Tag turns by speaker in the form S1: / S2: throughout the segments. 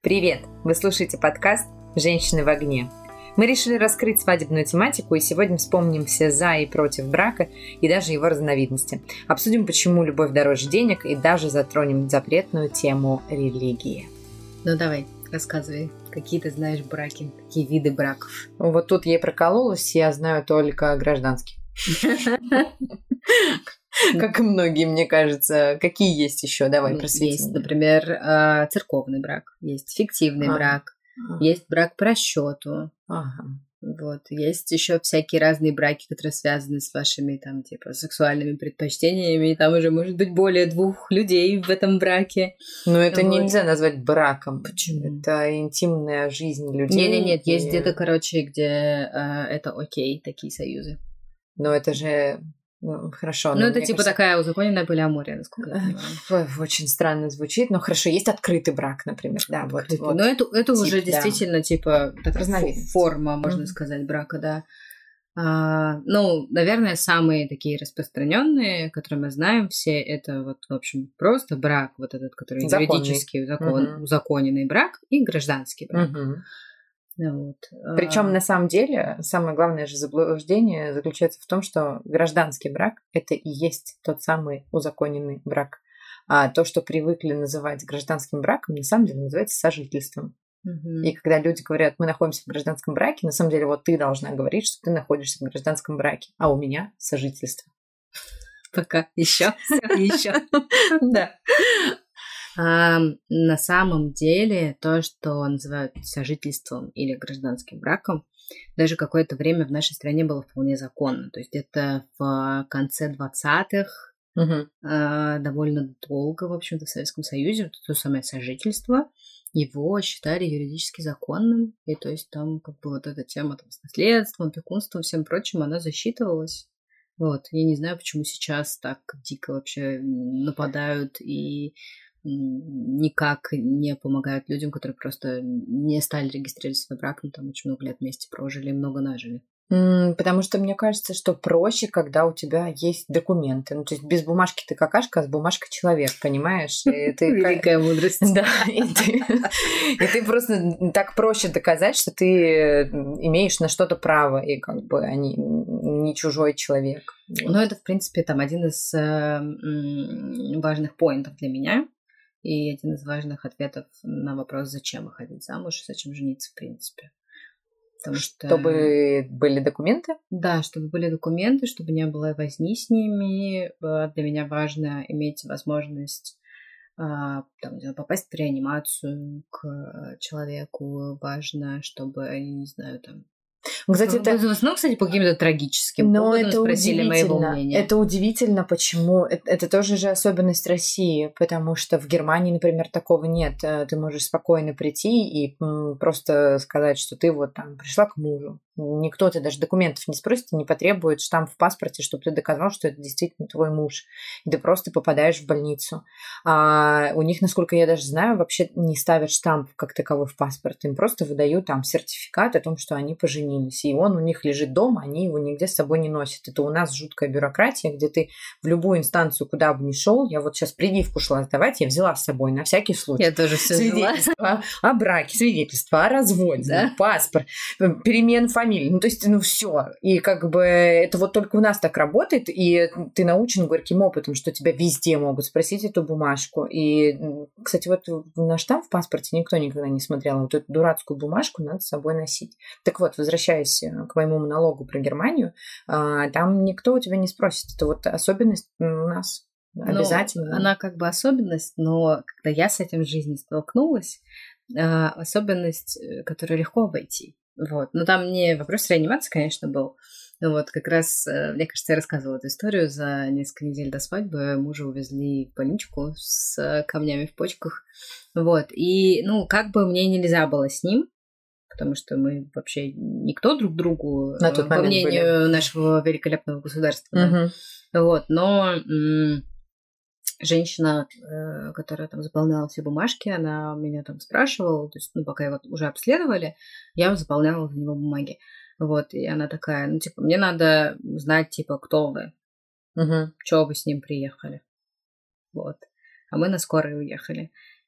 S1: Привет! Вы слушаете подкаст «Женщины в огне». Мы решили раскрыть свадебную тематику и сегодня вспомним все за и против брака и даже его разновидности. Обсудим, почему любовь дороже денег и даже затронем запретную тему религии.
S2: Ну давай, рассказывай, какие ты знаешь браки, какие виды браков.
S1: Вот тут я и прокололась, я знаю только гражданский. Как и многие, мне кажется. Какие есть еще? Давай, просвети.
S2: Есть, например, церковный брак, есть фиктивный брак, есть брак по расчету. Вот. Есть еще всякие разные браки, которые связаны с вашими там, типа, сексуальными предпочтениями. И там уже может быть более 2 людей в этом браке.
S1: Но это
S2: вот.
S1: Нельзя назвать браком.
S2: Почему?
S1: Это интимная жизнь людей.
S2: Нет, есть где-то, короче, где это окей, такие союзы.
S1: Но это же... хорошо.
S2: Ну, это типа такая узаконенная полиамория, насколько я понимаю.
S1: Очень странно звучит, но хорошо. Есть открытый брак, например. Да, вот.
S2: Но это уже действительно типа такая форма, можно сказать, брака, да. Ну, наверное, самые такие распространенные, которые мы знаем все, это вот, в общем, просто брак, вот этот, который юридически узаконенный брак, и гражданский брак. Вот.
S1: Причем на самом деле самое главное же заблуждение заключается в том, что гражданский брак – это и есть тот самый узаконенный брак. А то, что привыкли называть гражданским браком, на самом деле называется сожительством. И когда люди говорят, мы находимся в гражданском браке, на самом деле вот ты должна говорить, что ты находишься в гражданском браке, а у меня сожительство.
S2: Пока еще.
S1: Да.
S2: На самом деле, то, что называют сожительством или гражданским браком, даже какое-то время в нашей стране было вполне законно. То есть где-то в конце 20-х, довольно долго, в общем-то, в Советском Союзе, вот то самое сожительство, его считали юридически законным. И то есть там как бы вот эта тема там, с наследством, опекунством, всем прочим, она засчитывалась. Вот. Я не знаю, почему сейчас так дико вообще нападают и никак не помогают людям, которые просто не стали регистрировать свой брак, но там очень много лет вместе прожили и много нажили.
S1: Потому что мне кажется, что проще, когда у тебя есть документы. Ну, то есть без бумажки ты какашка, а с бумажкой человек, понимаешь?
S2: Великая мудрость.
S1: Да, и ты просто так проще доказать, что ты имеешь на что-то право, и как бы они не чужой человек.
S2: Ну, это, в принципе, там один из важных поинтов для меня. И один из важных ответов на вопрос, зачем выходить замуж, зачем жениться, в принципе.
S1: Потому что... Чтобы были документы?
S2: Да, чтобы были документы, чтобы не было возни с ними. Для меня важно иметь возможность там, попасть в реанимацию к человеку. Важно, чтобы, я не знаю, там...
S1: Кстати,
S2: в основном, кстати, по каким-то трагическим поводам спросили моего мнения.
S1: Это удивительно, почему. Это тоже же особенность России, потому что в Германии, например, такого нет. Ты можешь спокойно прийти и просто сказать, что ты вот там пришла к мужу. Никто тебе даже документов не спросит, не потребует штамп в паспорте, чтобы ты доказал, что это действительно твой муж. И ты просто попадаешь в больницу. А у них, насколько я даже знаю, вообще не ставят штамп как таковой в паспорт. Им просто выдают там сертификат о том, что они поженились. И он у них лежит дома, они его нигде с собой не носят. Это у нас жуткая бюрократия, где ты в любую инстанцию, куда бы ни шел, я вот сейчас прививку шла сдавать, я взяла с собой на всякий случай.
S2: Я тоже все взяла.
S1: Свидетельство о браке, свидетельство о разводе, да? Паспорт, перемен фамилии. Ну, то есть, все. И как бы это вот только у нас так работает, и ты научен горьким опытом, что тебя везде могут спросить эту бумажку. И, кстати, вот на штамп в паспорте никто никогда не смотрел. Вот эту дурацкую бумажку надо с собой носить. Так вот, возвращаясь к моему монологу про Германию, там никто у тебя не спросит. Это вот особенность у нас. Обязательно.
S2: Ну, она как бы особенность, но когда я с этим в жизни столкнулась, особенность, которую легко обойти. Вот. Но там не вопрос реанимации, конечно, был. Но вот как раз, мне кажется, я рассказывала эту историю. За несколько недель до свадьбы мужа увезли в больничку с камнями в почках. Вот. И, как бы мне нельзя было с ним, потому что мы вообще никто друг другу, по мнению нашего великолепного государства. Да? Вот. Но женщина, которая там заполняла все бумажки, она меня там спрашивала, то есть, пока его уже обследовали, я заполняла за него бумаги. Вот, и она такая, мне надо знать, кто вы, чего вы с ним приехали. Вот. А мы на скорой уехали.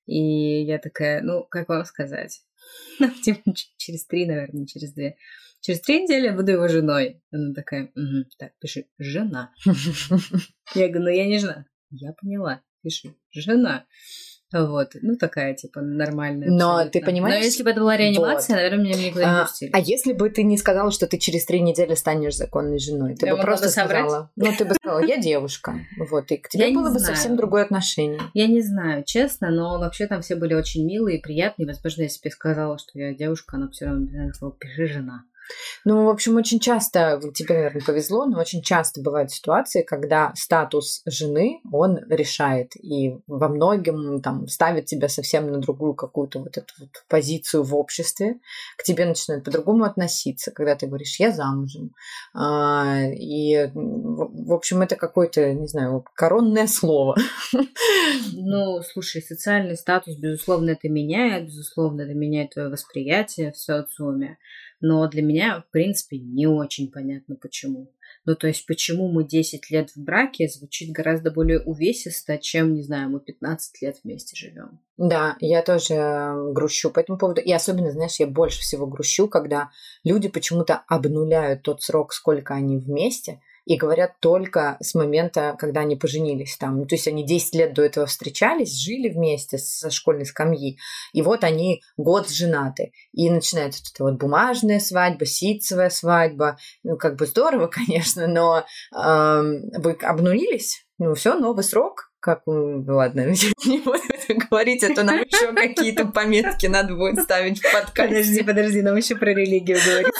S2: И я такая, ну, как вам сказать? Через 3, наверное, через 2. Через 3 недели я буду его женой. Она такая, так, пиши, жена. Я говорю, ну я не жена. Я поняла, пиши, жена. Вот, ну такая, типа, нормальная.
S1: Но
S2: абсолютно.
S1: ты понимаешь...
S2: Но если бы это была реанимация, наверное, меня никуда не пустили.
S1: А если бы ты не сказала, что ты через 3 недели станешь законной женой? Ты бы просто сказала... Ну, ты бы сказала, я девушка. Вот, и к тебе было бы совсем другое отношение.
S2: Я не знаю, честно, но вообще там все были очень милые и приятные. Возможно, если бы я сказала, что я девушка, она все равно сказала, пиши жена.
S1: Ну, в общем, очень часто, тебе, наверное, повезло, но очень часто бывают ситуации, когда статус жены, он решает, и во многом там ставит тебя совсем на другую какую-то вот эту вот позицию в обществе, к тебе начинают по-другому относиться, когда ты говоришь, я замужем. И, в общем, это какое-то, не знаю, коронное слово.
S2: Ну, слушай, социальный статус, безусловно, это меняет твое восприятие в социуме. Но для меня, в принципе, не очень понятно, почему. Ну, то есть, почему мы 10 лет в браке звучит гораздо более увесисто, чем, не знаю, мы 15 лет вместе живем.
S1: Да, я тоже грущу по этому поводу. И особенно, знаешь, я больше всего грущу, когда люди почему-то обнуляют тот срок, сколько они вместе, и говорят только с момента, когда они поженились там. То есть они 10 лет до этого встречались, жили вместе со школьной скамьи, и вот они год женаты. И начинается вот эта вот бумажная свадьба, ситцевая свадьба. Ну, как бы здорово, конечно, но вы обнулились, ну, все, новый срок. Как, ладно, не буду это говорить, а то нам еще какие-то пометки надо будет ставить в подкасте.
S2: Подожди, нам еще про религию говорить.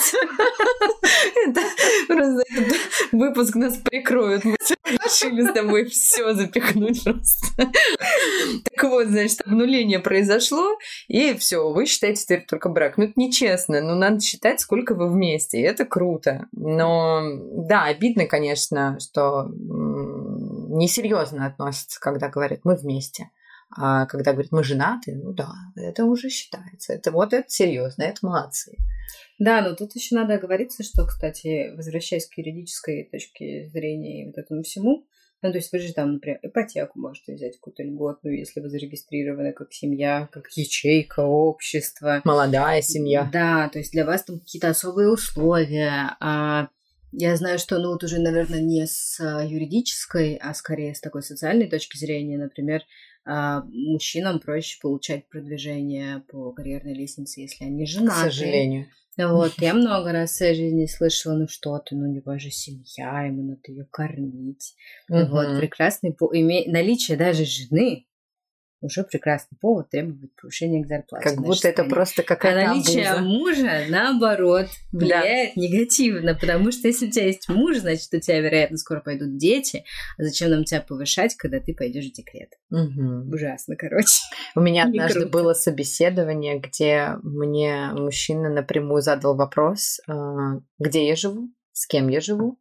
S1: Просто этот выпуск нас прикроют. Мы решили с тобой все запихнуть просто. Так вот, значит, обнуление произошло, и все, вы считаете теперь только брак. Ну, это нечестно, но надо считать, сколько вы вместе, и это круто. Но, да, обидно, конечно, что несерьезно относятся, когда говорят «мы вместе». А когда говорят «мы женаты», ну да, это уже считается. Это серьезно, это молодцы.
S2: Да, но тут еще надо оговориться, что, кстати, возвращаясь к юридической точке зрения и вот этому всему, ну, то есть вы же там, например, ипотеку можете взять какую-то льготную, если вы зарегистрированы как семья, как ячейка общества.
S1: Молодая семья.
S2: Да, то есть для вас там какие-то особые условия. Я знаю, что, ну, вот уже, наверное, не с юридической, а скорее с такой социальной точки зрения, например, мужчинам проще получать продвижение по карьерной лестнице, если они женаты.
S1: К сожалению.
S2: Вот, я много раз в своей жизни слышала, ну что ты, ну у него же семья, ему надо ее кормить. Вот, прекрасный наличие даже жены уже прекрасный повод требовать повышения к зарплате.
S1: Как будто это просто какая-то
S2: наличие мужа, наоборот, влияет негативно, потому что если у тебя есть муж, значит, у тебя, вероятно, скоро пойдут дети. А зачем нам тебя повышать, когда ты пойдешь в декрет? Ужасно, короче.
S1: У меня однажды было собеседование, где мне мужчина напрямую задал вопрос, где я живу, с кем я живу.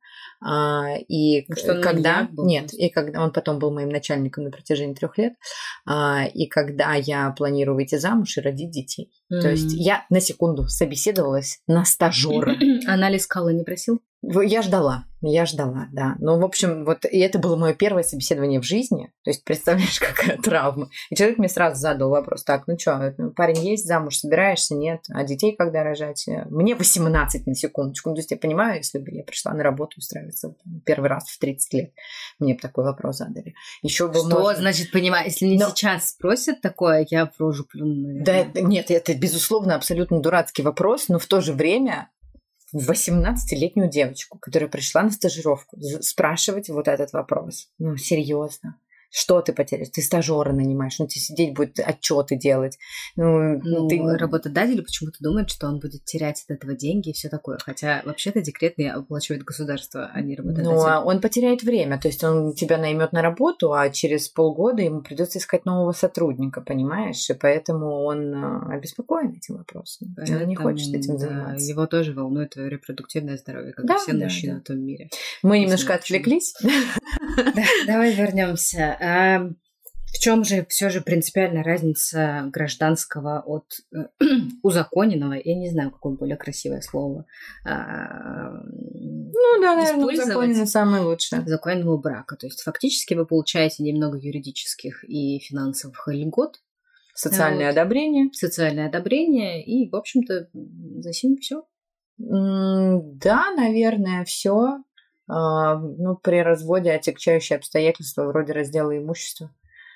S1: И когда... Нет, и когда он потом был моим начальником на протяжении 3 лет, и когда я планирую выйти замуж и родить детей. То есть я на секунду собеседовалась на стажера.
S2: Анализ Калла не просил?
S1: Я ждала, да. Ну, в общем, вот и это было мое первое собеседование в жизни. То есть, представляешь, какая травма. И человек мне сразу задал вопрос: так, ну что, парень есть, замуж собираешься, нет? А детей когда рожать? Мне 18 на секундочку. Ну, то есть, я понимаю, если бы я пришла на работу устраиваться первый раз в 30 лет, мне бы такой вопрос задали. Еще бы
S2: что значит понимаю? Если мне сейчас спросят такое, я в рожу плюну, наверное.
S1: Да, нет, это, безусловно, абсолютно дурацкий вопрос, но в то же время 18-летнюю девочку, которая пришла на стажировку, спрашивать вот этот вопрос. Ну, серьезно. Что ты потеряешь? Ты стажера нанимаешь, тебе сидеть будет, отчеты делать.
S2: Работодатель почему-то думает, что он будет терять от этого деньги и все такое. Хотя вообще-то декретные оплачивает государство, а не работодатель.
S1: Ну, он потеряет время. То есть он тебя наймет на работу, а через полгода ему придется искать нового сотрудника, понимаешь? И поэтому он обеспокоен этим вопросом. Он не хочет этим заниматься.
S2: Его тоже волнует репродуктивное здоровье, как и все мужчины в том мире.
S1: Мы немножко отвлеклись.
S2: Давай вернемся. В чем же все же принципиальная разница гражданского от узаконенного? Я не знаю, какое более красивое слово.
S1: Ну да, наверное, узаконенное самое лучшее.
S2: Законного брака. То есть фактически вы получаете немного юридических и финансовых льгот.
S1: Социальное одобрение.
S2: Социальное одобрение, и, в общем-то, за сим все.
S1: Да, наверное, все. Ну, при разводе отягчающие обстоятельства вроде раздела имущества.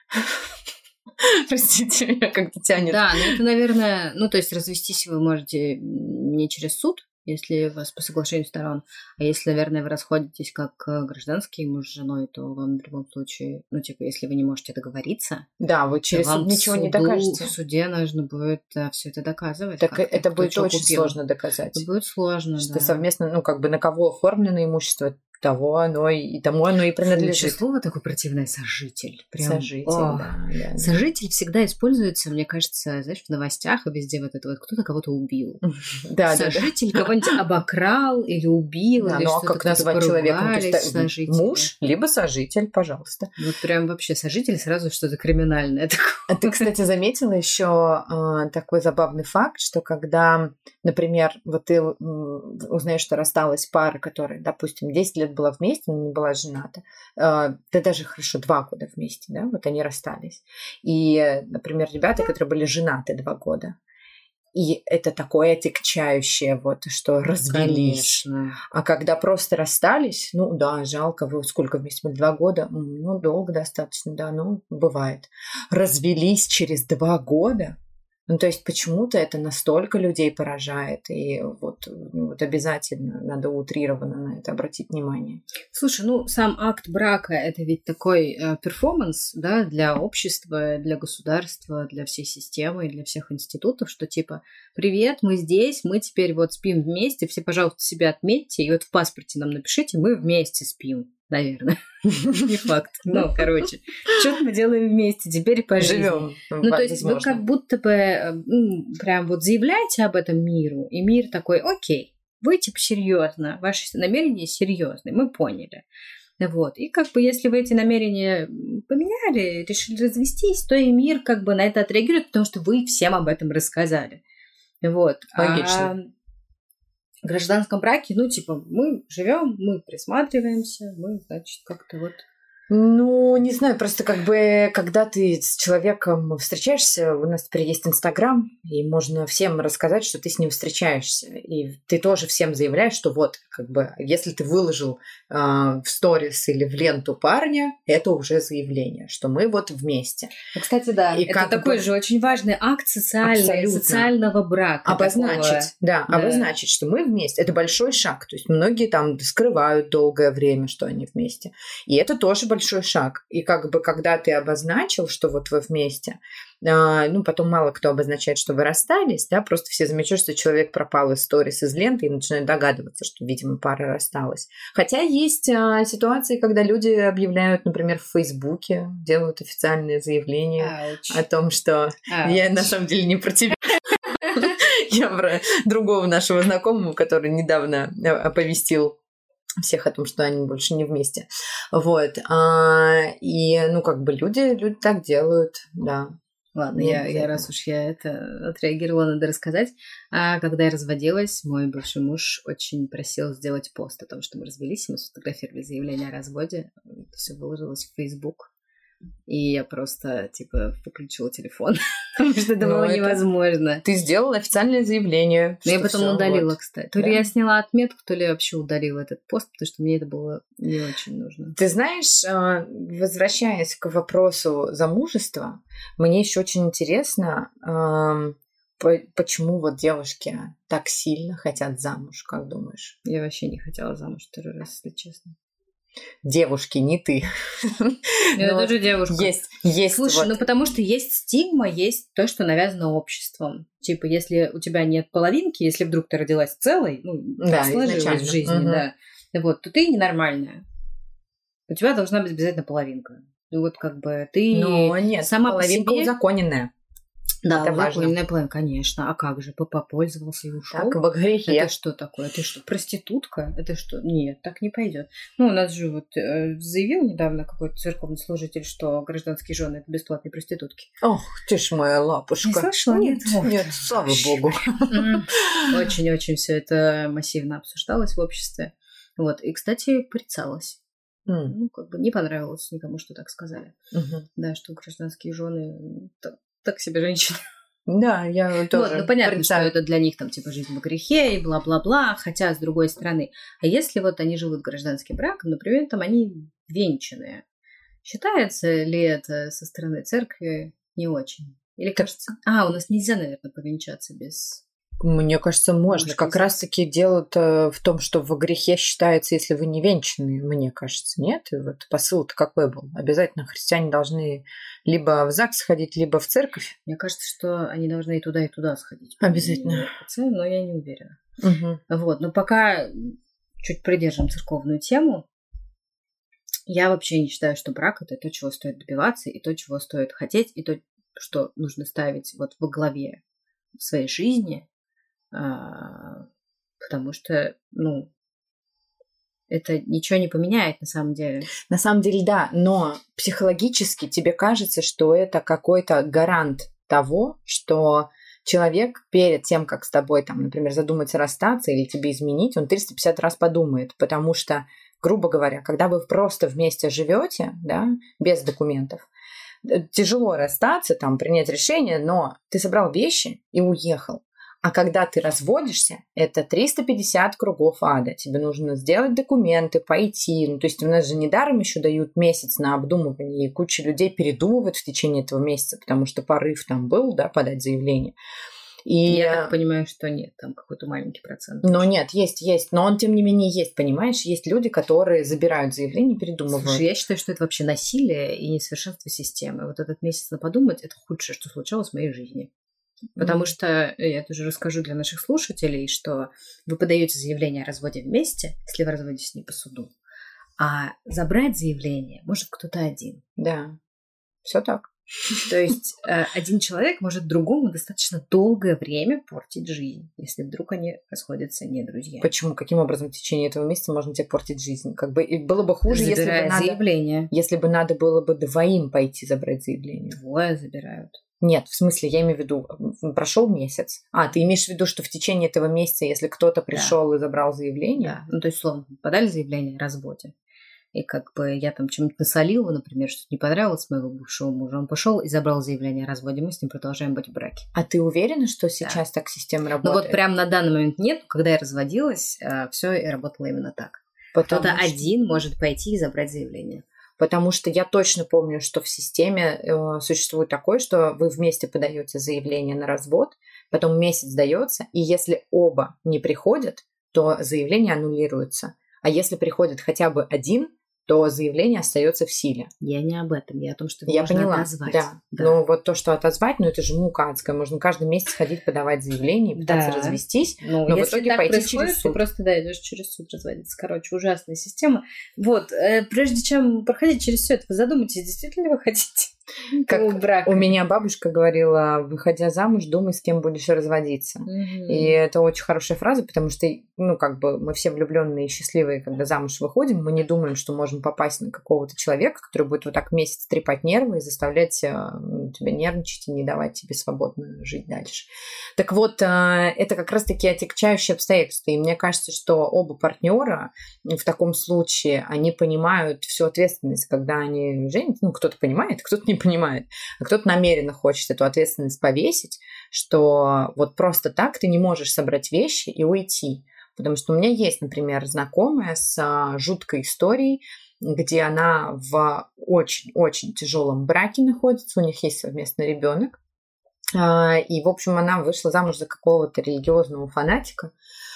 S1: Простите, меня как-то тянет.
S2: Да, но это, наверное, ну, то есть развестись вы можете не через суд, если у вас по соглашению сторон, а если, наверное, вы расходитесь как гражданский муж с женой, то вам в любом случае, ну, типа, если вы не можете договориться,
S1: да, вы через суд ничего не докажете.
S2: В суде нужно будет все это доказывать.
S1: Так это будет очень сложно доказать.
S2: Это будет сложно,
S1: что
S2: да.
S1: совместно, ну, как бы на кого оформлено имущество, тому оно и принадлежит.
S2: Слово такое противное — сожитель. Прям,
S1: сожитель, да.
S2: Сожитель всегда используется, мне кажется, знаешь, в новостях и везде вот это вот кто-то кого-то убил.
S1: Да,
S2: сожитель кого-нибудь обокрал или убил, или
S1: ну, а как назвать человека? Муж, либо сожитель, пожалуйста.
S2: Вот прям вообще сожитель сразу что-то криминальное такое.
S1: А ты, кстати, заметила еще такой забавный факт, что когда, например, вот ты узнаешь, что рассталась пара, которая, допустим, 10 лет была вместе, но не была жената, да даже хорошо, 2 года вместе, да, вот они расстались. И, например, ребята, которые были женаты 2 года, и это такое отягчающее, вот, что развелись.
S2: Конечно.
S1: А когда просто расстались, ну да, жалко, вы сколько вместе были, 2 года? Ну, долго достаточно, да, ну, бывает. Развелись через 2 года? Ну, то есть почему-то это настолько людей поражает, и вот обязательно надо утрированно на это обратить внимание.
S2: Слушай, ну, сам акт брака — это ведь такой перформанс, да, для общества, для государства, для всей системы, для всех институтов, что типа «Привет, мы здесь, мы теперь вот спим вместе, все, пожалуйста, себя отметьте, и вот в паспорте нам напишите, мы вместе спим». Наверное. Не факт. Ну, короче, что-то мы делаем вместе, теперь поживем.
S1: Ну,
S2: то есть вы как будто бы прям вот заявляете об этом миру, и мир такой: окей, вы типа серьезно, ваши намерения серьезные, мы поняли. Вот. И как бы если вы эти намерения поменяли, решили развестись, то и мир как бы на это отреагирует, потому что вы всем об этом рассказали. Вот.
S1: Логично.
S2: В гражданском браке, ну, типа, мы живем, мы присматриваемся, мы, значит, как-то вот...
S1: Ну, не знаю, просто как бы, когда ты с человеком встречаешься, у нас теперь есть Инстаграм, и можно всем рассказать, что ты с ним встречаешься. И ты тоже всем заявляешь, что вот, как бы, если ты выложил в сторис или в ленту парня, это уже заявление, что мы вот вместе.
S2: Кстати, да, и это такой же очень важный акт социального брака.
S1: Обозначить, да, обозначить, что мы вместе. Это большой шаг. То есть многие там скрывают долгое время, что они вместе. И это тоже большой шаг. И как бы когда ты обозначил, что вот вы вместе, ну, потом мало кто обозначает, что вы расстались, да, просто все замечают, что человек пропал из сторис, из ленты и начинают догадываться, что, видимо, пара рассталась. Хотя есть ситуации, когда люди объявляют, например, в Фейсбуке, делают официальное заявление о том, что я на самом деле не про тебя. Я про другого нашего знакомого, который недавно оповестил всех о том, что они больше не вместе. Вот. И, ну, как бы люди так делают, да.
S2: Ладно, я раз уж я это отреагировала, надо рассказать. Когда я разводилась, мой бывший муж очень просил сделать пост о том, что мы развелись, мы сфотографировали заявление о разводе, все выложилось в Facebook. И я просто, типа, выключила телефон, потому что это было невозможно.
S1: Ты сделала официальное заявление.
S2: Но я потом удалила, кстати. То ли я сняла отметку, то ли я вообще удалила этот пост, потому что мне это было не очень нужно.
S1: Ты знаешь, возвращаясь к вопросу замужества, мне еще очень интересно, почему вот девушки так сильно хотят замуж, как думаешь?
S2: Я вообще не хотела замуж второй раз, если честно.
S1: Девушки, не ты.
S2: Я тоже девушка.
S1: Есть.
S2: Слушай, ну потому что есть стигма, есть то, что навязано обществом. Типа, если у тебя нет половинки, если вдруг ты родилась целой, ну, так сложилось в жизни, да, вот, то ты ненормальная. У тебя должна быть обязательно половинка. И вот как бы ты сама
S1: половинка
S2: по себе...
S1: узаконенная.
S2: Да, узаконенная половинка, конечно. А как же? Попользовался и ушел?
S1: Так, во грехе.
S2: Это что такое? Ты что, проститутка? Это что? Нет, так не пойдет. Ну, у нас же вот заявил недавно какой-то церковный служитель, что гражданские жены — это бесплатные проститутки.
S1: Ох, ты ж моя лапушка.
S2: Не слышала?
S1: Нет, слава богу.
S2: Очень-очень все это массивно обсуждалось в обществе. Вот. И, кстати, порицалось. Ну, как бы не понравилось никому, что так сказали. Да, что гражданские жены так себе женщина.
S1: Да, я тоже.
S2: Ну, понятно, что это для них там типа жизнь в грехе и бла-бла-бла, хотя, с другой стороны, а если вот они живут гражданским браком, например, там они венчанные, считается ли это со стороны церкви не очень? Или кажется... у нас нельзя, наверное, повенчаться без...
S1: Мне кажется, можно. Как раз-таки дело-то в том, что во грехе считается, если вы не венчанные, мне кажется, нет? И вот посыл-то какой был? Обязательно христиане должны либо в ЗАГС ходить, либо в церковь?
S2: Мне кажется, что они должны и туда сходить.
S1: Обязательно.
S2: Но я не уверена.
S1: Угу.
S2: Вот, но пока чуть придержим церковную тему, я вообще не считаю, что брак – это то, чего стоит добиваться, и то, чего стоит хотеть, и то, что нужно ставить вот во главе своей жизни, потому что, это ничего не поменяет на самом деле.
S1: На самом деле, да, но психологически тебе кажется, что это какой-то гарант того, что человек перед тем, как с тобой, там, например, задумается расстаться или тебе изменить, он 350 раз подумает, потому что, грубо говоря, когда вы просто вместе живете, да, без документов, тяжело расстаться, там, принять решение, но ты собрал вещи и уехал. А когда ты разводишься, это 350 кругов ада. Тебе нужно сделать документы, пойти. То есть у нас же недаром еще дают месяц на обдумывание, и куча людей передумывает в течение этого месяца, потому что порыв там был, да, подать заявление. И...
S2: Я так понимаю, что нет, там какой-то маленький процент.
S1: Но нет, есть. Но он, тем не менее, есть, понимаешь? Есть люди, которые забирают заявление и передумывают.
S2: Слушай, я считаю, что это вообще насилие и несовершенство системы. Вот этот месяц на подумать – это худшее, что случалось в моей жизни. Потому что, я тоже расскажу для наших слушателей, что вы подаете заявление о разводе вместе, если вы разводитесь не по суду, а забрать заявление может кто-то один.
S1: Да, все так.
S2: То есть один человек может другому достаточно долгое время портить жизнь, если вдруг они расходятся не друзья.
S1: Почему? Каким образом в течение этого месяца можно тебе портить жизнь? Как бы и было бы хуже, если бы надо было бы двоим пойти забрать заявление.
S2: Двое забирают.
S1: Нет, в смысле, я имею в виду, прошел месяц. Ты имеешь в виду, что в течение этого месяца, если кто-то пришел и забрал заявление?
S2: Да, то есть, словно, подали заявление о разводе. И как бы я там чем-то насолила, например, что-то не понравилось моего бывшего мужа. Он пошел и забрал заявление о разводе. Мы с ним продолжаем быть в браке.
S1: А ты уверена, что сейчас так система работает?
S2: Ну вот прям на данный момент нет. Когда я разводилась, все и работало именно так. Кто-то один может пойти и забрать заявление.
S1: Потому что я точно помню, что в системе существует такое, что вы вместе подаете заявление на развод, потом месяц дается, и если оба не приходят, то заявление аннулируется. А если приходит хотя бы один, то заявление остается в силе.
S2: Я не об этом, я о том, что
S1: я
S2: можно
S1: поняла,
S2: отозвать.
S1: Да. Но вот то, что отозвать, это же мука адская. Можно каждый месяц ходить подавать заявление, пытаться развестись, но в итоге
S2: так
S1: пойти
S2: через суд. Ты просто идешь через суд разводиться. Короче, ужасная система. Вот, прежде чем проходить через все это, вы задумайтесь, действительно ли вы хотите
S1: брака. У меня бабушка говорила, выходя замуж, думай, с кем будешь разводиться. И это очень хорошая фраза, потому что, мы все влюбленные и счастливые, когда замуж выходим, мы не думаем, что можем попасть на какого-то человека, который будет вот так месяц трепать нервы и заставлять тебя нервничать и не давать тебе свободно жить дальше. Так вот, это как раз-таки отягчающие обстоятельства. И мне кажется, что оба партнера в таком случае, они понимают всю ответственность, когда они женятся. Кто-то понимает, кто-то не понимает, а кто-то намеренно хочет эту ответственность повесить, что вот просто так ты не можешь собрать вещи и уйти. Потому что у меня есть, например, знакомая с жуткой историей, где она в очень-очень тяжелом браке находится, у них есть совместный ребенок. И, в общем, она вышла замуж за какого-то религиозного фанатика.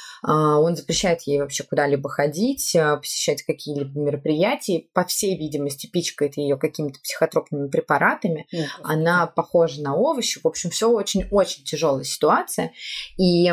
S1: Он запрещает ей вообще куда-либо ходить, посещать какие-либо мероприятия. По всей видимости, пичкает ее какими-то психотропными препаратами. Она похожа на овощи. В общем, все очень-очень тяжелая ситуация. И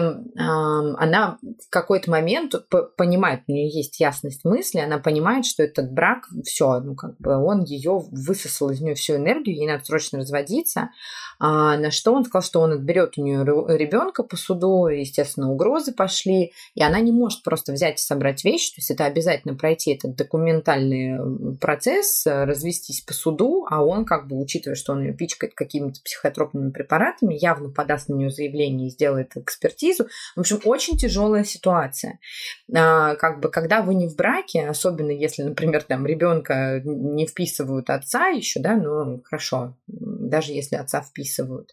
S1: она в какой-то момент понимает, у нее есть ясность мысли, она понимает, что этот брак, все, он ее высосал из нее всю энергию, ей надо срочно разводиться. На что он сказал, что он отберет у нее ребенка по суду, естественно, угрозы пошли. и она не может просто взять и собрать вещи, то есть это обязательно пройти этот документальный процесс, развестись по суду, а он, как бы, учитывая, что он ее пичкает какими-то психотропными препаратами, явно подаст на нее заявление и сделает экспертизу. В общем, очень тяжелая ситуация. Как бы, когда вы не в браке, особенно если, например, там ребенка не вписывают отца еще, да, ну хорошо, даже если отца вписывают,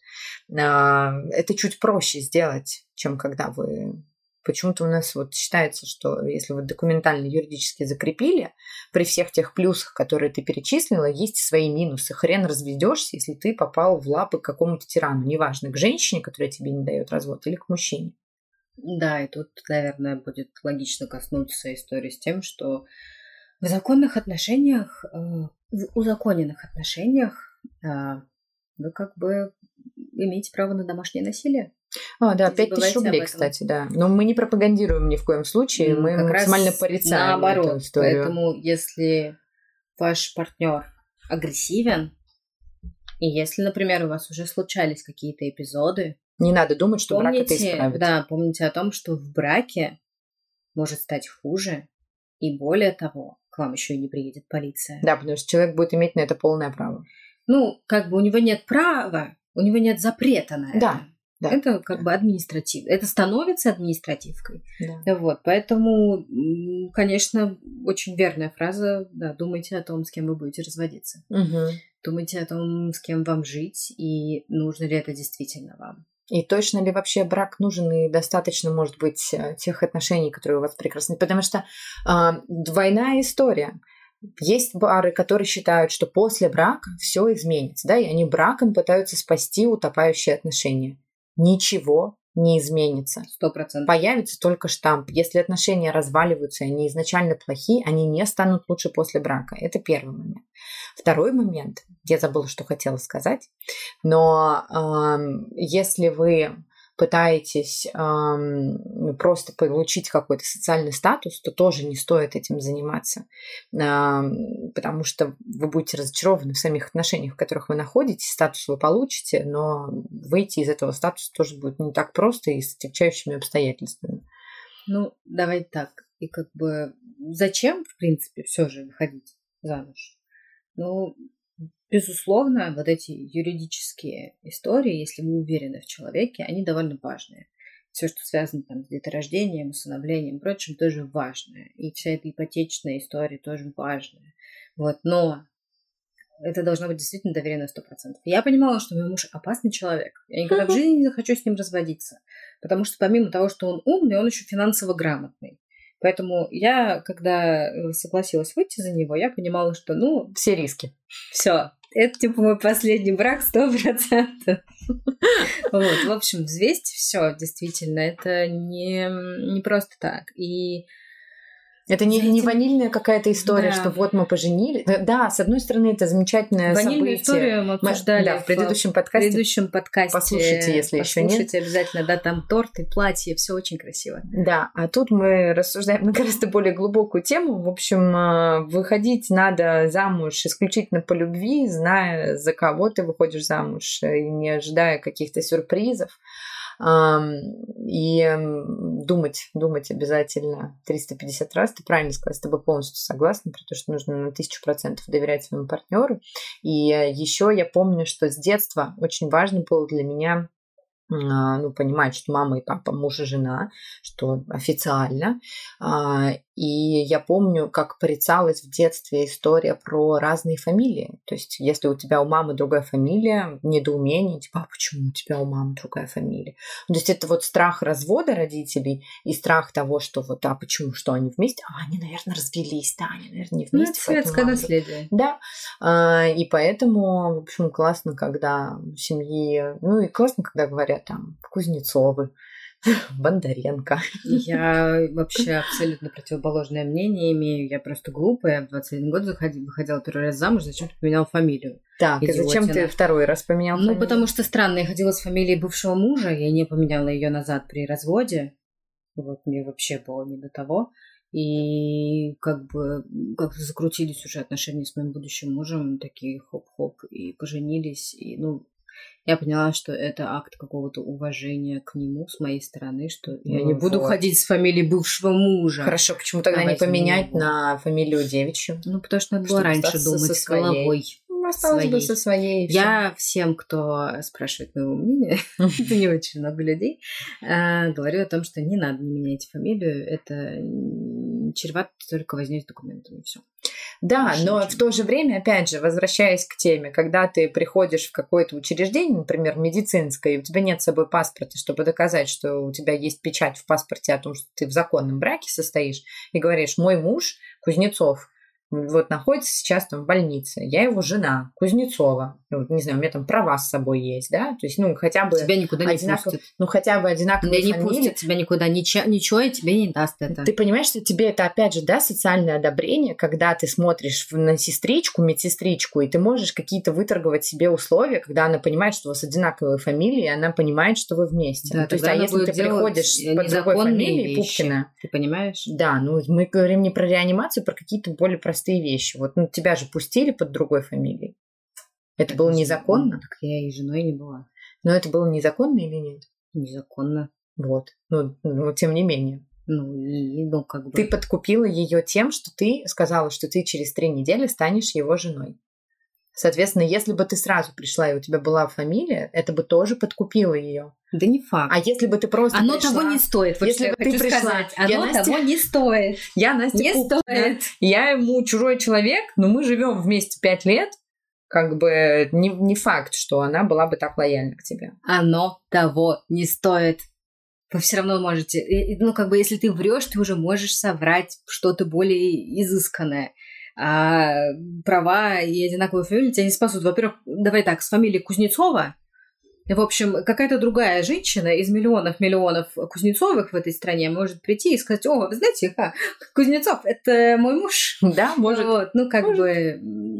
S1: это чуть проще сделать, чем когда вы... Почему-то у нас вот считается, что если вы документально юридически закрепили, при всех тех плюсах, которые ты перечислила, есть свои минусы. Хрен разведешься, если ты попал в лапы к какому-то тирану. Неважно, к женщине, которая тебе не дает развод, или к мужчине.
S2: Да, и тут, наверное, будет логично коснуться истории с тем, что в законных отношениях, в узаконенных отношениях вы как бы имеете право на домашнее насилие.
S1: Да, 5000 рублей, кстати, да. Но мы не пропагандируем ни в коем случае, мы как максимально порицаем эту историю.
S2: Поэтому если ваш партнер агрессивен, и если, например, у вас уже случались какие-то эпизоды,
S1: не надо думать, что брак это исправит.
S2: Да, помните о том, что в браке может стать хуже, и более того, к вам еще и не приедет полиция.
S1: Да, потому что человек будет иметь на это полное право.
S2: Ну, как бы у него нет права, у него нет запрета на это.
S1: Да,
S2: это как бы административно. Это становится административкой.
S1: Да.
S2: Вот, поэтому, конечно, очень верная фраза. Да, думайте о том, с кем вы будете разводиться.
S1: Угу.
S2: Думайте о том, с кем вам жить, и нужно ли это действительно вам.
S1: И точно ли вообще брак нужен, и достаточно, может быть, тех отношений, которые у вас прекрасны. Потому что двойная история. Есть пары, которые считают, что после брака все изменится, да, и они браком пытаются спасти утопающие отношения. Ничего не изменится.
S2: 100%.
S1: Появится только штамп. Если отношения разваливаются, и они изначально плохие, они не станут лучше после брака. Это первый момент. Второй момент, я забыла, что хотела сказать, но если вы пытаетесь просто получить какой-то социальный статус, то тоже не стоит этим заниматься, потому что вы будете разочарованы в самих отношениях, в которых вы находитесь, статус вы получите, но выйти из этого статуса тоже будет не так просто и с отягчающими обстоятельствами.
S2: Ну, давайте так. И как бы зачем, в принципе, все же выходить замуж? Ну, безусловно, вот эти юридические истории, если вы уверены в человеке, они довольно важные. Все, что связано там, с деторождением, усыновлением и прочим, тоже важное. И вся эта ипотечная история тоже важная. Вот. Но это должно быть действительно доверено 100%. Я понимала, что мой муж опасный человек. Я никогда в жизни не захочу с ним разводиться. Потому что помимо того, что он умный, он еще финансово грамотный. Поэтому я, когда согласилась выйти за него, я понимала, что,
S1: все риски.
S2: Все. Это, типа, мой последний брак 100%. Вот, в общем, взвесьте все, действительно. Это не просто так. И
S1: это не ванильная какая-то история, что вот мы поженились. Да, с одной стороны, это замечательное
S2: ванильную
S1: событие.
S2: Историю мы обсуждали
S1: в предыдущем подкасте.
S2: Послушайте,
S1: если еще нет.
S2: Послушайте обязательно, да, там торт и платье, все очень красиво.
S1: Да, а тут мы рассуждаем на гораздо более глубокую тему. В общем, выходить надо замуж исключительно по любви, зная, за кого ты выходишь замуж, и не ожидая каких-то сюрпризов. И думать обязательно 350 раз. Ты правильно сказала, с тобой полностью согласна, про то, что нужно на 1000% доверять своему партнеру. И еще я помню, что с детства очень важно было для меня понимать, что мама и папа, муж и жена, что официально. И я помню, как порицалась в детстве история про разные фамилии. То есть, если у тебя у мамы другая фамилия, недоумение, типа, а почему у тебя у мамы другая фамилия? То есть, это вот страх развода родителей и страх того, что вот, а почему, что они вместе? Они, наверное, развелись, да, они, наверное, не вместе.
S2: Это светское наследие.
S1: Да, и поэтому, в общем, классно, когда в семье, и классно, когда говорят там Кузнецовы, Бондаренко.
S2: Я вообще абсолютно противоположное мнение имею. Я просто глупая. В 21 год выходила первый раз замуж, зачем ты поменял фамилию?
S1: Так, и зачем ты второй раз поменял фамилию?
S2: Потому что странно. Я ходила с фамилией бывшего мужа, я не поменяла ее назад при разводе. Вот мне вообще было не до того. И как-то закрутились уже отношения с моим будущим мужем, такие хоп-хоп, и поженились. И, Я поняла, что это акт какого-то уважения к нему с моей стороны, что я не буду ходить с фамилией бывшего мужа.
S1: Хорошо, почему тогда не поменять на фамилию девичью?
S2: Ну, потому что надо было раньше думать с головой.
S1: Осталось бы со своей.
S2: Я всем, кто спрашивает моего мнения, это не очень много людей, говорю о том, что не надо, не меняйте фамилию, это чревато только возьмете документами, все.
S1: Да, но в то же время, опять же, возвращаясь к теме, когда ты приходишь в какое-то учреждение, например, медицинское, и у тебя нет с собой паспорта, чтобы доказать, что у тебя есть печать в паспорте о том, что ты в законном браке состоишь, и говоришь, мой муж Кузнецов, вот находится сейчас там в больнице, я его жена, Кузнецова, ну, не знаю, у меня там права с собой есть, да, то есть, ну, хотя бы...
S2: Тебя никуда не пустят.
S1: Ну, хотя бы одинаковые
S2: фамилии. Не пустят тебя никуда, ничего и тебе не даст это.
S1: Ты понимаешь, что тебе это, опять же, да, социальное одобрение, когда ты смотришь на сестричку, медсестричку, и ты можешь какие-то выторговать себе условия, когда она понимает, что у вас одинаковые фамилии, и она понимает, что вы вместе.
S2: Да,
S1: то есть, а если ты приходишь под другой фамилией, Пупкина...
S2: Ты понимаешь?
S1: Да, ну, мы говорим не про реанимацию, а про какие-то более простые вещи. Вот, ну, тебя же пустили под другой фамилией. Это было незаконно?
S2: Так я и женой не была.
S1: Но это было незаконно или нет?
S2: Незаконно.
S1: Вот. Ну, тем не менее.
S2: Ну, как бы...
S1: Ты подкупила ее тем, что ты сказала, что ты через 3 недели станешь его женой. Соответственно, если бы ты сразу пришла, и у тебя была фамилия, это бы тоже подкупило ее.
S2: Да не факт.
S1: А если бы ты просто
S2: Оно
S1: пришла...
S2: того не стоит. Вот
S1: если бы ты пришла...
S2: Оно того не стоит.
S1: Я Настя
S2: не
S1: Пупкина.
S2: Стоит.
S1: Я ему чужой человек, но мы живем вместе 5 лет. Как бы не факт, что она была бы так лояльна к тебе.
S2: Оно того не стоит. Вы все равно можете... Ну, как бы, если ты врешь, ты уже можешь соврать что-то более изысканное. А права и одинаковые фамилии тебя не спасут. Во-первых, давай так, с фамилией Кузнецова, в общем, какая-то другая женщина из миллионов Кузнецовых в этой стране может прийти и сказать, о, вы знаете, Кузнецов, это мой муж.
S1: Да, может.
S2: Вот, ну, как бы,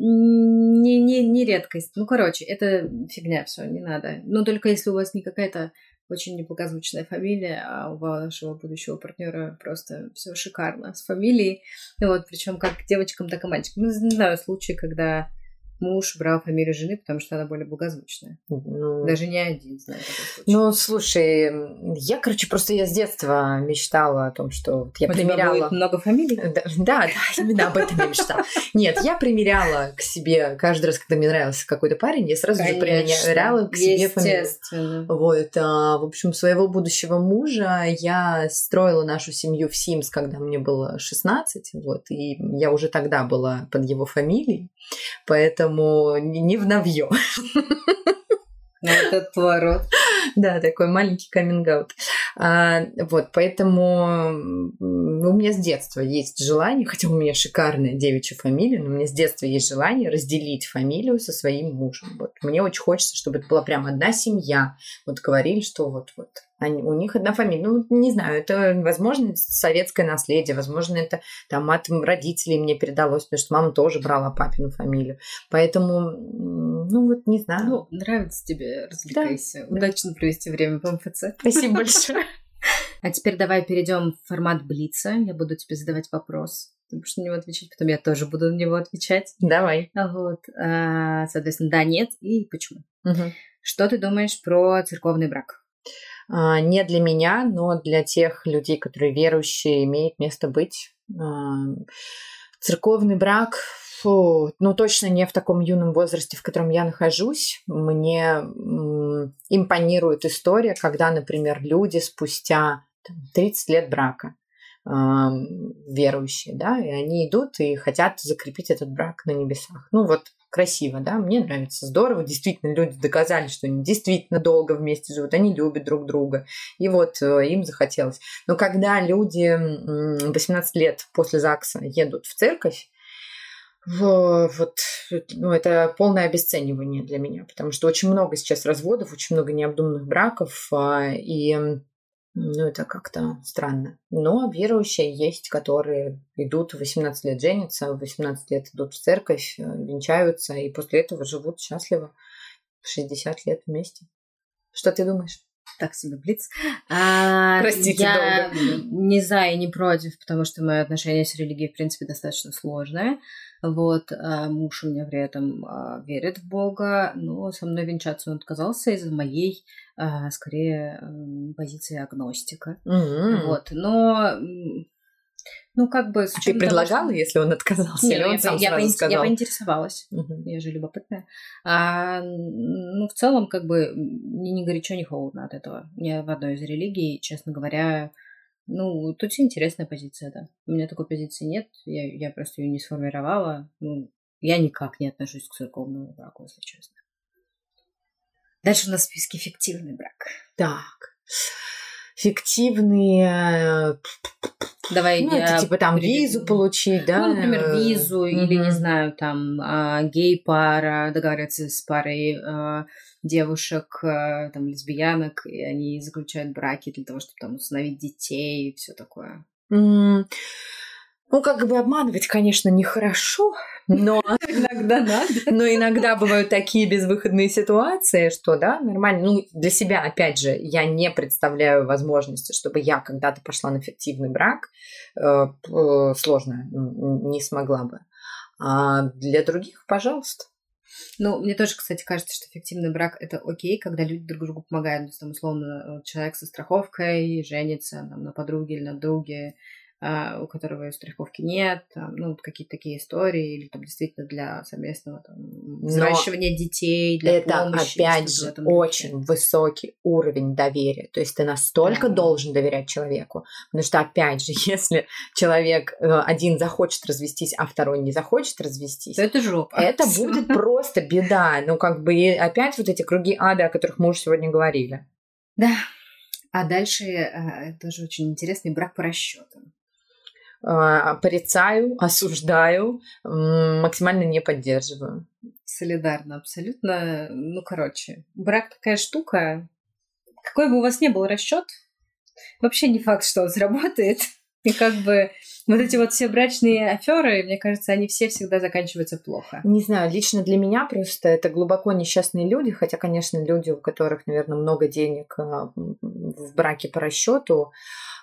S2: не редкость. Ну, короче, это фигня все, не надо. Но только если у вас не какая-то очень неблагозвучная фамилия, а у вашего будущего партнера просто все шикарно с фамилией. Вот, причем как девочкам, так и мальчикам. Ну, не знаю случаи, когда муж брал фамилию жены, потому что она более благозвучная.
S1: Ну,
S2: даже не один знаю такой случай.
S1: Ну, слушай, я с детства мечтала о том, что я примеряла...
S2: У тебя будет много фамилий?
S1: Да, именно об этом я мечтала. Нет, я примеряла к себе каждый раз, когда мне нравился какой-то парень, я сразу же примеряла к себе фамилию. Вот, в общем, своего будущего мужа я строила нашу семью в Sims, когда мне было 16, вот, и я уже тогда была под его фамилией, поэтому не в новье.
S2: Этот поворот.
S1: Да, такой маленький каминг-аут. Вот, поэтому у меня с детства есть желание, хотя у меня шикарная девичья фамилия, но у меня с детства есть желание разделить фамилию со своим мужем. Вот. Мне очень хочется, чтобы это была прям одна семья. Вот говорили, что вот у них одна фамилия. Ну, не знаю, это, возможно, советское наследие, возможно, это там от родителей мне передалось, потому что мама тоже брала папину фамилию. Поэтому, ну, вот не знаю.
S2: Ну, нравится тебе, развлекайся. Да. Удачно провести время в МФЦ.
S1: Спасибо большое.
S2: А теперь давай перейдем в формат Блица. Я буду тебе задавать вопрос. Ты будешь на него отвечать, потом я тоже буду на него отвечать.
S1: Давай.
S2: Вот. Соответственно, да, нет и почему.
S1: Угу.
S2: Что ты думаешь про церковный брак?
S1: Не для меня, но для тех людей, которые верующие, имеет место быть. Церковный брак, ну, точно не в таком юном возрасте, в котором я нахожусь. Мне импонирует история, когда, например, люди спустя 30 лет брака, верующие, да, и они идут и хотят закрепить этот брак на небесах. Ну, вот красиво, да, мне нравится, здорово, действительно, люди доказали, что они действительно долго вместе живут, они любят друг друга, и вот им захотелось. Но когда люди 18 лет после ЗАГСа едут в церковь, вот, ну, это полное обесценивание для меня, потому что очень много сейчас разводов, очень много необдуманных браков, и ну, это как-то странно. Но верующие есть, которые идут в 18 лет женятся, в 18 лет идут в церковь, венчаются, и после этого живут счастливо 60 лет вместе. Что ты думаешь?
S2: Так себе блиц.
S1: Простите,
S2: я не за и не против, потому что мое отношение с религией, в принципе, достаточно сложное. Вот, муж у меня при этом верит в Бога, но со мной венчаться он отказался из-за моей, скорее, позиции агностика. Вот, но, ну, как бы...
S1: Ты предлагала, если он отказался, или он сам сразу сказал?
S2: Я поинтересовалась, я же любопытная. Ну, в целом, как бы, мне ни горячо, ни холодно от этого. Ни в одной из религий, честно говоря. Ну, тут интересная позиция, да. У меня такой позиции нет, я просто ее не сформировала. Ну, я никак не отношусь к церковному браку, если честно. Дальше у нас в списке фиктивный брак.
S1: Так, фиктивные...
S2: Давай,
S1: ну, это типа там визу получить, да?
S2: Ну, например, визу или, не знаю, там гей-пара договаривается с парой девушек, там, лесбиянок, и они заключают браки для того, чтобы там усыновить детей и все такое.
S1: Ну, как бы обманывать, конечно, нехорошо, но
S2: иногда надо.
S1: Но иногда бывают такие безвыходные ситуации, что, да, нормально. Ну, для себя, опять же, я не представляю возможности, чтобы я когда-то пошла на фиктивный брак. Сложно, не смогла бы. А для других, пожалуйста.
S2: Ну, мне тоже, кстати, кажется, что фиктивный брак – это окей, когда люди друг другу помогают. То есть, там, условно, человек со страховкой женится там, на подруге или на друге, у которого страховки нет, там, ну, какие-то такие истории, или там действительно для совместного там, взращивания детей, для
S1: это,
S2: помощи.
S1: Это, опять же, очень высокий уровень доверия. То есть ты настолько должен доверять человеку, потому что, опять же, если человек один захочет развестись, а второй не захочет развестись,
S2: то это жопа.
S1: Это будет просто беда. Ну, как бы, и опять вот эти круги ада, о которых мы уже сегодня говорили.
S2: Да. А дальше тоже очень интересный брак по расчетам.
S1: Порицаю, осуждаю, максимально не поддерживаю.
S2: Солидарно, абсолютно. Ну, короче, брак такая штука. Какой бы у вас ни был расчет, вообще не факт, что он сработает. И как бы вот эти вот все брачные аферы, мне кажется, они все всегда заканчиваются плохо.
S1: Не знаю, лично для меня просто это глубоко несчастные люди, хотя, конечно, люди, у которых, наверное, много денег в браке по расчету.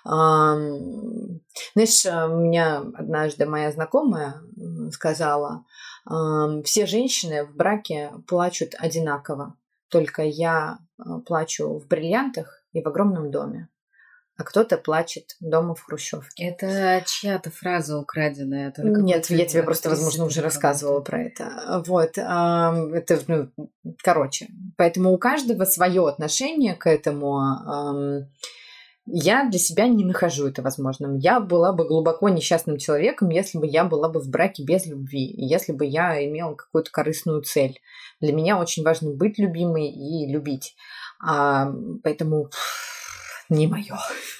S1: Знаешь, меня однажды моя знакомая сказала, все женщины в браке плачут одинаково, только я плачу в бриллиантах и в огромном доме, а кто-то плачет дома в хрущевке.
S2: Это чья-то фраза украденная?
S1: Нет, я тебе просто, возможно, уже рассказывала про это. Вот, это, ну, короче, поэтому у каждого свое отношение к этому. Я для себя не нахожу это возможным. Я была бы глубоко несчастным человеком, если бы я была бы в браке без любви, если бы я имела какую-то корыстную цель. Для меня очень важно быть любимой и любить. Поэтому не мое.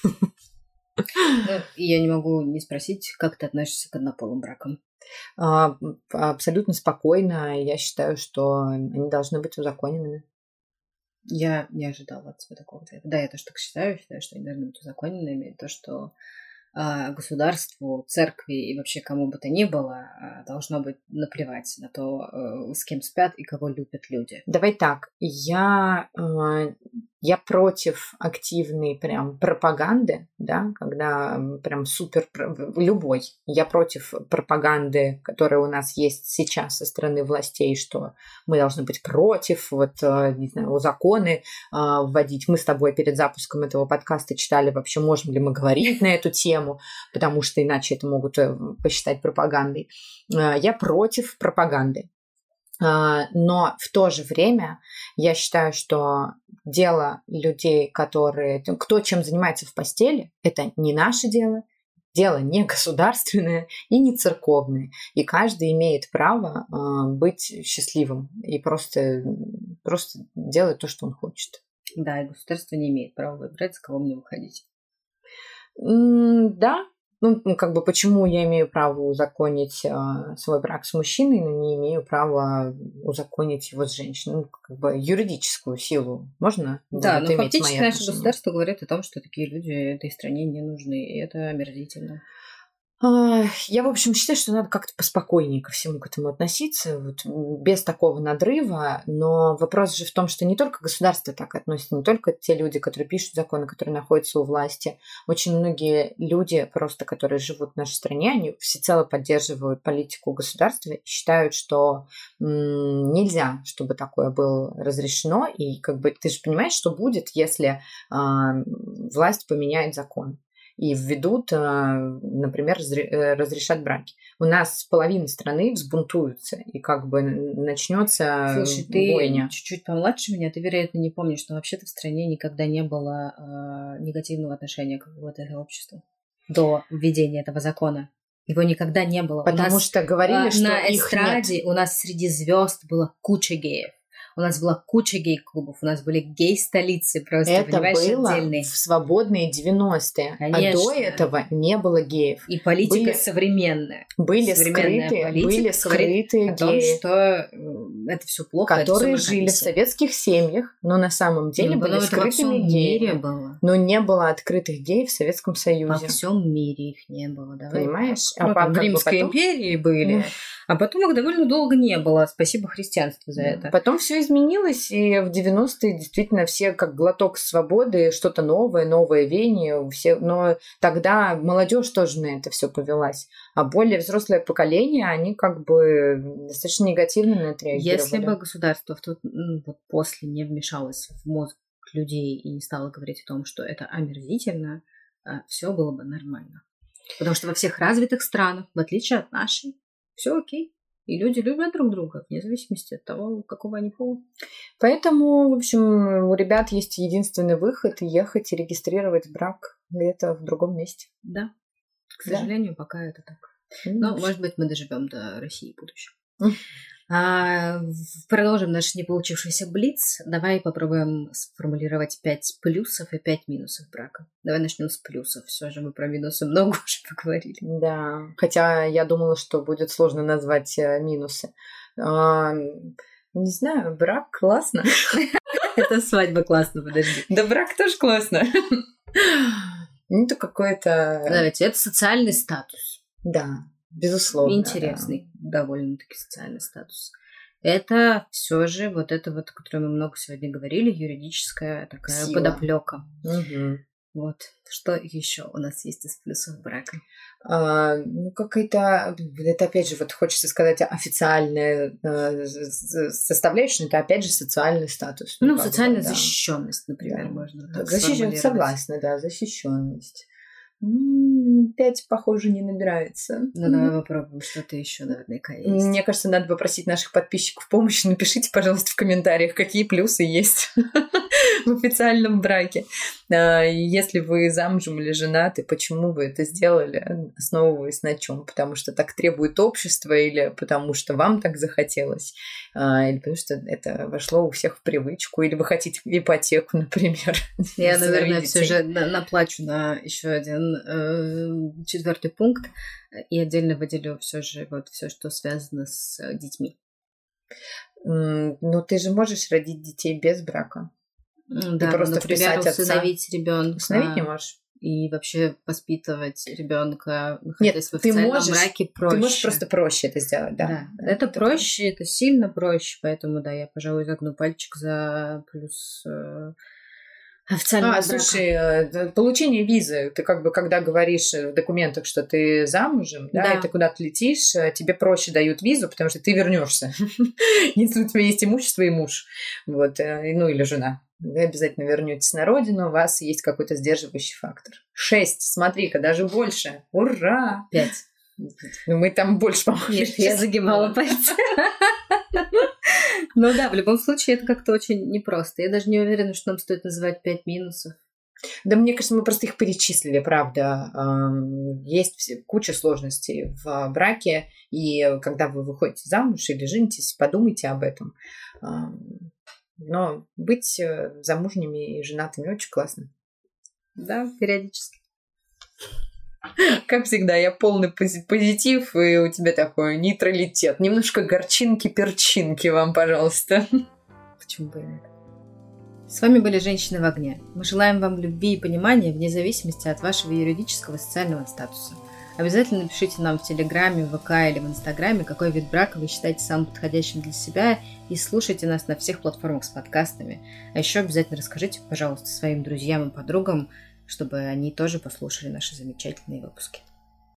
S2: Я не могу не спросить, как ты относишься к однополым бракам?
S1: Абсолютно спокойно. Я считаю, что они должны быть узаконенными.
S2: Я не ожидала от тебя такого ответа. Да, я тоже так считаю, что они должны быть узаконенными. То, что государству, церкви и вообще кому бы то ни было должно быть наплевать на то, с кем спят и кого любят люди.
S1: Давай так, я против активной прям пропаганды, да, когда прям супер любой. Я против пропаганды, которая у нас есть сейчас со стороны властей, что мы должны быть против, вот, не знаю, законы вводить. Мы с тобой перед запуском этого подкаста читали вообще, можем ли мы говорить на эту тему, потому что иначе это могут посчитать пропагандой. Я против пропаганды. Но в то же время я считаю, что дело людей, кто чем занимается в постели, это не наше дело, дело не государственное и не церковное. И каждый имеет право быть счастливым и просто делать то, что он хочет.
S2: Да, и государство не имеет права выбирать, за кого мне выходить.
S1: Да. Ну, как бы, почему я имею право узаконить свой брак с мужчиной, но не имею права узаконить его с женщиной? Ну, как бы, юридическую силу можно?
S2: Да, но фактически наше государство говорит о том, что такие люди этой стране не нужны, и это омерзительно.
S1: Я, в общем, считаю, что надо как-то поспокойнее ко всему к этому относиться, вот, без такого надрыва. Но вопрос же в том, что не только государство так относится, не только те люди, которые пишут законы, которые находятся у власти. Очень многие люди, просто которые живут в нашей стране, они всецело поддерживают политику государства и считают, что нельзя, чтобы такое было разрешено. И как бы ты же понимаешь, что будет, если власть поменяет закон и введут, например, разрешат браки. У нас половина страны взбунтуются, и как бы начнется бойня.
S2: Ты чуть-чуть помладше меня, ты, вероятно, не помнишь, что вообще-то в стране никогда не было негативного отношения к ЛГБТ-обществу до введения этого закона. Его никогда не было.
S1: Потому что говорили, что
S2: на
S1: их
S2: эстраде
S1: нет.
S2: У нас среди звезд была куча геев. У нас была куча гей-клубов, у нас были гей-столицы просто,
S1: это
S2: понимаешь,
S1: было
S2: отдельные.
S1: В свободные 90-е.
S2: Конечно.
S1: А до этого не было геев.
S2: И политика современная.
S1: Были
S2: Современная
S1: скрытые
S2: скрытые
S1: геи,
S2: о том, что это все плохо,
S1: которые
S2: это всё
S1: жили в советских семьях, но на самом деле были скрытыми геями.
S2: Было.
S1: Но не было открытых геев в Советском Союзе.
S2: Во всем мире их не было, давай.
S1: Понимаешь?
S2: В Римской империи были, а потом их довольно долго не было. Спасибо христианству за это.
S1: Потом все изменилось, и в 90-е действительно все как глоток свободы, что-то новое веяние. Но тогда молодежь тоже на это все повелась. А более взрослое поколение, они как бы достаточно негативно на это реагировали.
S2: Если бы государство после не вмешалось в мозг людей и не стало говорить о том, что это омерзительно, все было бы нормально. Потому что во всех развитых странах, в отличие от нашей, все окей. И люди любят друг друга, вне зависимости от того, какого они пола.
S1: Поэтому, в общем, у ребят есть единственный выход — ехать и регистрировать брак где-то в другом месте.
S2: Да. К сожалению, пока это так. Но, может быть, мы доживем до России в будущем. Продолжим наш не получившийся блиц. Давай попробуем сформулировать 5 плюсов и 5 минусов брака. Давай начнем с плюсов. Все же мы про минусы много уже поговорили.
S1: Да, хотя я думала, что будет сложно назвать минусы. Не знаю, брак классно.
S2: Это свадьба классно, подожди.
S1: Да брак тоже классно. Это какой-то...
S2: Давайте, это социальный статус.
S1: Да. Безусловно.
S2: Интересный, довольно-таки социальный статус. Это все же вот это вот, о котором мы много сегодня говорили, юридическая такая
S1: сила.
S2: Подоплека.
S1: Угу.
S2: Вот. Что еще у нас есть из плюсов брака?
S1: Какая-то, это опять же, вот хочется сказать, официальная составляющая, это опять же социальный статус.
S2: Социальная защищенность, например, можно так сформулировать.
S1: Согласна, да, защищенность. 5, похоже, не набирается.
S2: Ну, давай попробуем, что-то еще наверняка есть.
S1: Мне кажется, надо попросить наших подписчиков помощи. Напишите, пожалуйста, в комментариях, какие плюсы есть в официальном браке. Если вы замужем или женаты, почему вы это сделали, основываясь на чем? Потому что так требует общество, или потому что вам так захотелось, или потому что это вошло у всех в привычку, или вы хотите ипотеку, например.
S2: Я, наверное, все же наплачу на еще один 4-й пункт и отдельно выделю все же вот все, что связано с детьми.
S1: Ну, ты же можешь родить детей без брака.
S2: Да, просто например, усыновить ребенка.
S1: Усыновить не можешь.
S2: И вообще воспитывать ребенка, находясь в официальном браке, проще.
S1: Ты можешь просто проще это сделать, да.
S2: Это проще, это сильно проще, поэтому, да, я, пожалуй, загну пальчик за плюс официального брака.
S1: Слушай, получение визы, ты как бы, когда говоришь в документах, что ты замужем, да, и ты куда-то летишь, тебе проще дают визу, потому что ты вернешься, если у тебя есть имущество и муж, вот, ну или жена. Вы обязательно вернетесь на родину, у вас есть какой-то сдерживающий фактор. 6, смотри-ка, даже больше. Ура!
S2: 5.
S1: Мы там больше, по-моему.
S2: Нет, я загибала пальцы. Ну да, в любом случае это как-то очень непросто. Я даже не уверена, что нам стоит называть 5 минусов.
S1: Да, мне кажется, мы просто их перечислили, правда. Есть куча сложностей в браке, и когда вы выходите замуж или женитесь, подумайте об этом. Но быть замужними и женатыми очень классно.
S2: Да, периодически.
S1: Как всегда, я полный позитив, и у тебя такой нейтралитет. Немножко горчинки-перчинки вам, пожалуйста.
S2: Почему бы и нет? С вами были «Женщины в огне». Мы желаем вам любви и понимания вне зависимости от вашего юридического и социального статуса. Обязательно напишите нам в Телеграме, в ВК или в Инстаграме, какой вид брака вы считаете самым подходящим для себя, и слушайте нас на всех платформах с подкастами. А еще обязательно расскажите, пожалуйста, своим друзьям и подругам, чтобы они тоже послушали наши замечательные выпуски.